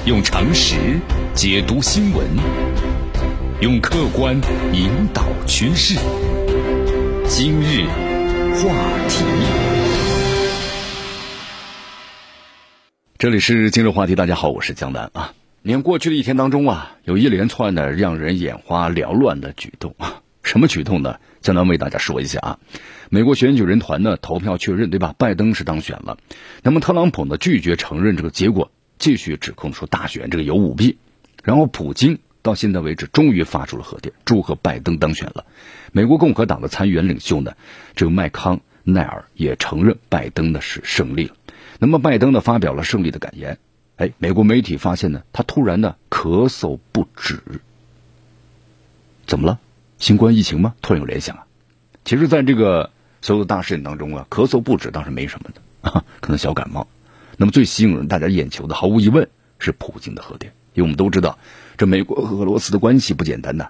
用常识解读新闻，用客观引导趋势。今日话题，这里是今日话题。大家好，我是江南啊。你看过去的一天当中啊，有一连串的让人眼花缭乱的举动啊。什么举动呢？江南为大家说一下啊。美国选举人团呢投票确认，对吧？拜登是当选了。那么特朗普呢拒绝承认这个结果，继续指控说大选这个有舞弊。然后普京到现在为止终于发出了贺电，祝贺拜登当选了。美国共和党的参议员领袖呢，这个麦康奈尔也承认拜登呢是胜利了。那么拜登呢发表了胜利的感言。美国媒体发现呢，他突然呢咳嗽不止。怎么了？新冠疫情吗？突然有联想啊。其实在这个所有的大事件当中啊，咳嗽不止倒是没什么的啊，可能小感冒。那么最吸引人大家眼球的，毫无疑问是普京的贺电。因为我们都知道这美国和俄罗斯的关系不简单的。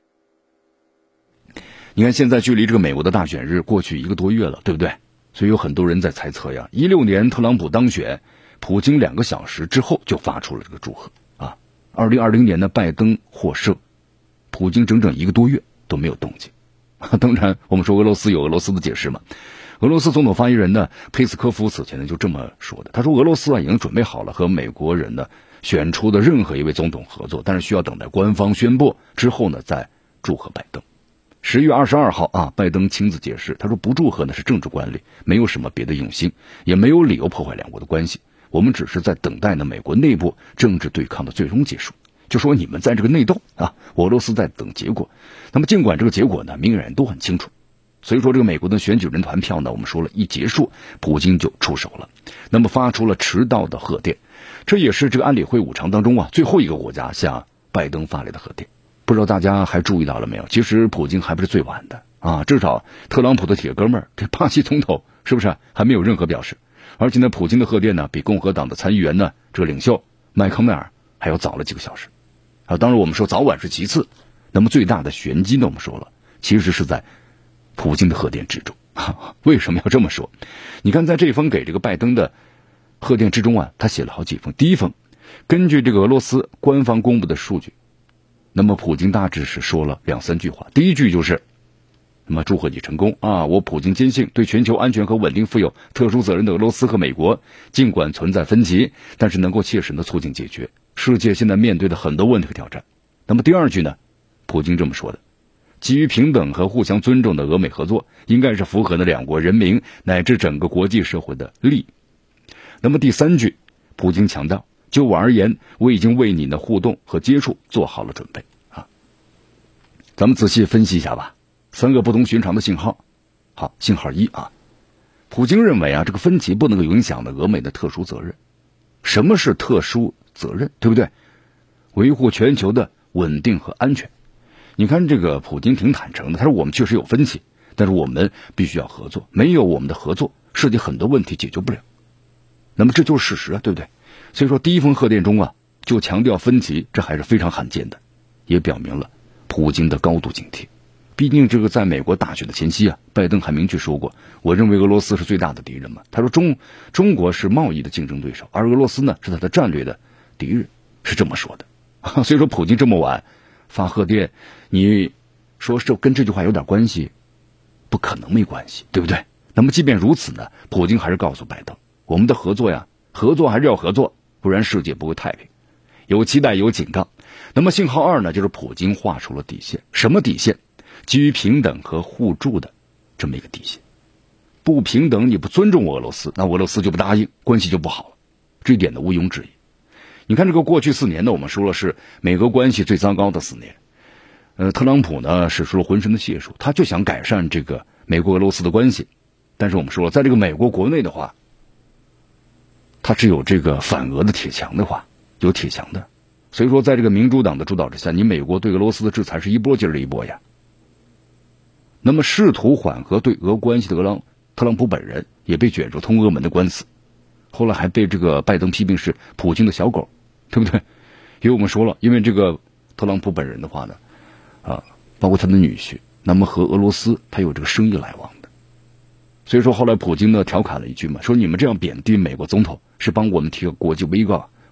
你看现在距离这个美国的大选日过去1个多月了，对不对？所以有很多人在猜测呀，16年特朗普当选，普京2个小时之后就发出了这个祝贺啊。2020年呢拜登获胜，普京整整1个多月都没有动静。当然我们说俄罗斯有俄罗斯的解释嘛。俄罗斯总统发言人呢佩斯科夫此前呢就这么说的，他说俄罗斯已经准备好了和美国人呢选出的任何一位总统合作，但是需要等待官方宣布之后呢再祝贺拜登。10月22号啊，拜登亲自解释，他说不祝贺呢是政治惯例，没有什么别的用心，也没有理由破坏两国的关系，我们只是在等待呢美国内部政治对抗的最终结束，就说你们在这个内斗啊，俄罗斯在等结果。那么尽管这个结果呢明眼人都很清楚，所以说这个美国的选举人团票呢，我们说了一结束，普京就出手了，那么发出了迟到的贺电。这也是这个安理会5常当中啊最后一个国家向拜登发来的贺电。不知道大家还注意到了没有？其实普京还不是最晚的啊，至少特朗普的铁哥们儿这巴西总统是不是还没有任何表示？而且呢，普京的贺电呢比共和党的参议员呢这个领袖麦康奈尔还要早了几个小时啊。当然我们说早晚是其次，那么最大的玄机呢，我们说了，其实是在普京的贺电之中。为什么要这么说？你看在这封给这个拜登的贺电之中啊，他写了好几封。第一封，根据这个俄罗斯官方公布的数据，那么普京大致是说了2-3句话。第一句就是那么祝贺你成功啊！我普京坚信，对全球安全和稳定负有特殊责任的俄罗斯和美国，尽管存在分歧，但是能够切实的促进解决世界现在面对的很多问题和挑战。那么第二句呢，普京这么说的，基于平等和互相尊重的俄美合作，应该是符合了两国人民乃至整个国际社会的利益。那么第三句，普京强调，就我而言，我已经为你的互动和接触做好了准备啊。咱们仔细分析一下吧，3个不同寻常的信号。好，信号1啊，普京认为啊，这个分歧不能够影响了俄美的特殊责任。什么是特殊责任？对不对？维护全球的稳定和安全。你看这个普京挺坦诚的，他说我们确实有分歧，但是我们必须要合作，没有我们的合作，世界很多问题解决不了。那么这就是事实啊，对不对？所以说第一封贺电中啊，就强调分歧，这还是非常罕见的，也表明了普京的高度警惕。毕竟这个在美国大选的前夕啊，拜登还明确说过，我认为俄罗斯是最大的敌人嘛。他说中国是贸易的竞争对手，而俄罗斯呢是他的战略的敌人，是这么说的。所以说普京这么晚发贺电，你说是跟这句话有点关系？不可能没关系，对不对？那么即便如此呢，普京还是告诉拜登，我们的合作呀，合作还是要合作，不然世界不会太平。有期待，有警告。那么信号2呢，就是普京画出了底线。什么底线？基于平等和互助的这么一个底线。不平等，你不尊重俄罗斯，那俄罗斯就不答应，关系就不好了。这一点呢毋庸置疑。你看这个过去4年呢，我们说了是美俄关系最糟糕的4年。特朗普呢使出了浑身的解数，他就想改善这个美国俄罗斯的关系。但是我们说了，在这个美国国内的话，他只有这个反俄的铁墙的话，有铁墙的。所以说在这个民主党的主导之下，你美国对俄罗斯的制裁是一波接着一波呀。那么试图缓和对俄关系的特朗普本人也被卷入通俄门的官司，后来还被这个拜登批评是普京的小狗，对不对？因为我们说了，因为这个特朗普本人的话呢，包括他的女婿，那么和俄罗斯他有这个生意来往的。所以说后来普京呢调侃了一句嘛，说你们这样贬低美国总统是帮我们提高国际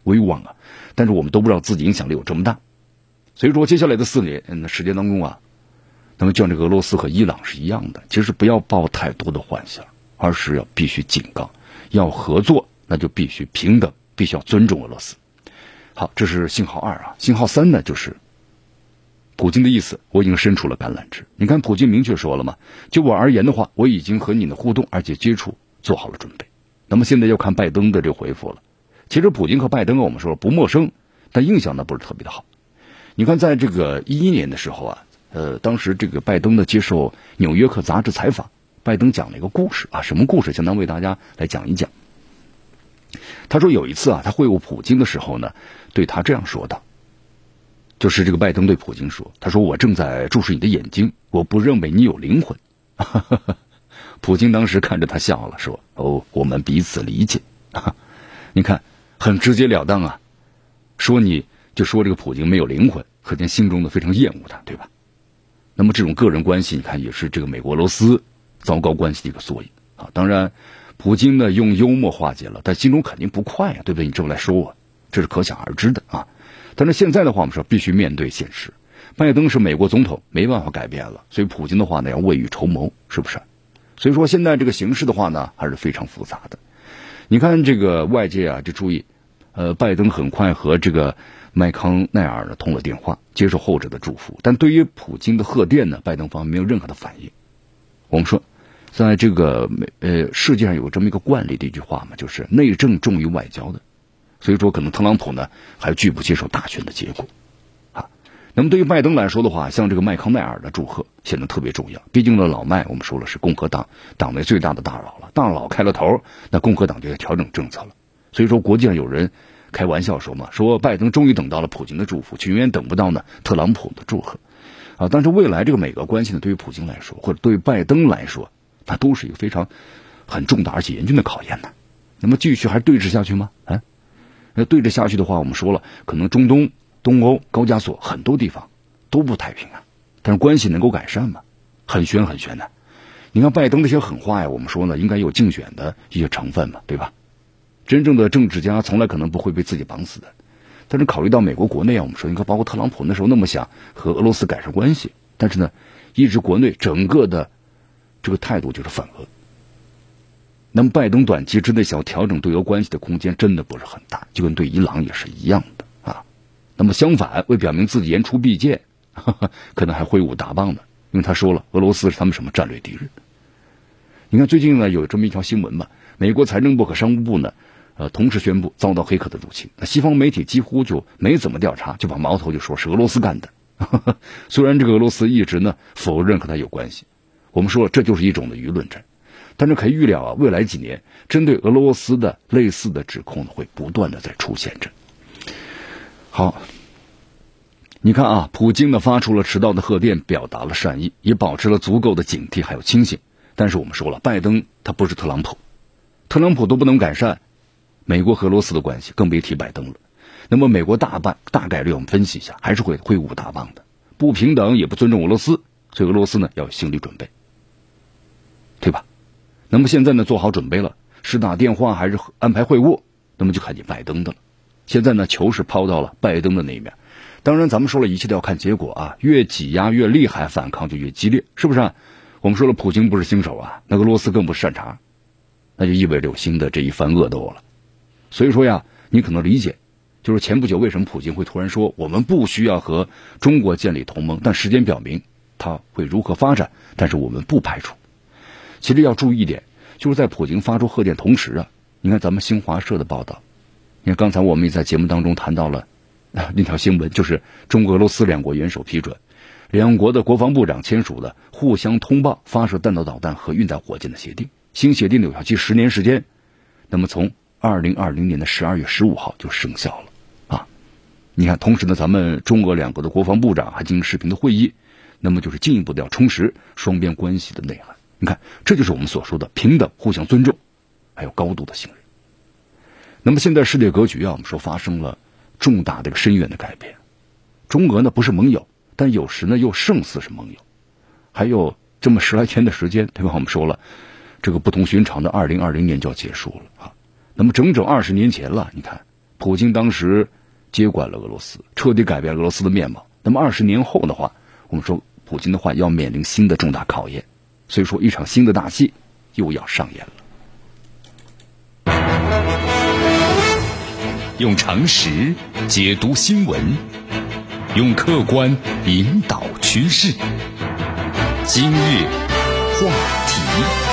威望啊，但是我们都不知道自己影响力有这么大。所以说接下来的4年的时间当中啊，那么就像这个俄罗斯和伊朗是一样的，其实不要抱太多的幻想，而是要必须警告，要合作那就必须平等，必须要尊重俄罗斯。好，这是信号2啊。信号3呢，就是普京的意思，我已经伸出了橄榄枝。你看普京明确说了嘛，就我而言的话，我已经和你的互动而且接触做好了准备。那么现在要看拜登的这个回复了。其实普京和拜登我们说了不陌生，但印象呢不是特别的好。你看在这个11年的时候啊，当时这个拜登呢接受纽约客杂志采访，拜登讲了一个故事啊，什么故事？相当为大家来讲一讲。他说有一次啊，他会晤普京的时候呢，对他这样说的，就是这个拜登对普京说，他说我正在注视你的眼睛，我不认为你有灵魂。普京当时看着他笑了，说哦，我们彼此理解。你看很直截了当啊，说你就说这个普京没有灵魂，可见心中的非常厌恶他，对吧？那么这种个人关系，你看也是这个美国俄罗斯糟糕关系的一个缩影啊。当然普京呢用幽默化解了，但心中肯定不快啊，对不对？你这么来说我，这是可想而知的啊。但是现在的话，我们说必须面对现实，拜登是美国总统，没办法改变了，所以普京的话呢要未雨绸缪，是不是？所以说现在这个形势的话呢还是非常复杂的。你看这个外界啊就注意，拜登很快和这个麦康奈尔呢通了电话，接受后者的祝福，但对于普京的贺电呢，拜登方面没有任何的反应。我们说在这个世界上有这么一个惯例的一句话嘛，就是内政重于外交的，所以说可能特朗普呢还拒不接受大选的结果啊。那么对于拜登来说的话，像这个麦康奈尔的祝贺显得特别重要，毕竟呢老麦我们说了是共和党党内最大的大佬了，大佬开了头，那共和党就要调整政策了。所以说国际上有人开玩笑说嘛，说拜登终于等到了普京的祝福，却永远等不到呢特朗普的祝贺啊。但是未来这个美俄关系呢，对于普京来说或者对于拜登来说，那都是一个非常很重大而且严峻的考验呢。那么继续还对峙下去吗？那对峙下去的话，我们说了，可能中东、东欧、高加索很多地方都不太平啊。但是关系能够改善吗？很悬很悬的。你看拜登这些狠话呀，我们说呢，应该有竞选的一些成分嘛，对吧？真正的政治家从来可能不会被自己绑死的。但是考虑到美国国内啊，我们说应该包括特朗普那时候那么想和俄罗斯改善关系，但是呢，一直国内整个的这个态度就是反俄。那么拜登短期之内想要调整对俄关系的空间真的不是很大，就跟对伊朗也是一样的啊。那么相反，为表明自己言出必践，可能还挥舞大棒的，因为他说了俄罗斯是他们什么战略敌人。你看最近呢有这么一条新闻吧，美国财政部和商务部呢同时宣布遭到黑客的入侵，那西方媒体几乎就没怎么调查，就把矛头就说是俄罗斯干的。虽然这个俄罗斯一直呢否认和他有关系，我们说了这就是一种的舆论战，但是可以预料啊，未来几年针对俄罗斯的类似的指控会不断的在出现着。好，你看啊，普京呢发出了迟到的贺电，表达了善意，也保持了足够的警惕还有清醒。但是我们说了，拜登他不是特朗普，特朗普都不能改善美国和俄罗斯的关系，更别提拜登了。那么美国大概率我们分析一下，还是会挥舞大棒的，不平等也不尊重俄罗斯，所以俄罗斯呢要有心理准备，对吧？那么现在呢做好准备了，是打电话还是安排会晤，那么就看见拜登的了。现在呢球是抛到了拜登的那一面，当然咱们说了一切都要看结果啊，越挤压越厉害，反抗就越激烈，是不是啊？我们说了普京不是新手啊，那俄罗斯更不是善茬，那就意味着有新的这一番恶斗了。所以说呀，你可能理解，就是前不久为什么普京会突然说我们不需要和中国建立同盟，但时间表明他会如何发展，但是我们不排除。其实要注意一点，就是在普京发出贺电同时啊，你看咱们新华社的报道，你看刚才我们也在节目当中谈到了那条新闻，就是中国俄罗斯两国元首批准两国的国防部长签署了互相通报发射弹道导弹和运载火箭的协定，新协定有效期10年时间，那么从2020年的12月15号就生效了啊。你看同时呢，咱们中俄两国的国防部长还进行视频的会议，那么就是进一步的要充实双边关系的内涵。你看这就是我们所说的平等、互相尊重还有高度的信任。那么现在世界格局啊，我们说发生了重大的深远的改变，中俄呢不是盟友，但有时呢又胜似是盟友，还有这么10来天的时间，对吧？我们说了这个不同寻常的2020年就要结束了啊。那么整整20年前了，你看普京当时接管了俄罗斯，彻底改变俄罗斯的面貌。那么20年后的话，我们说普京的话要面临新的重大考验，所以说一场新的大戏又要上演了。 用常识解读新闻，用客观引导趋势。今日话题。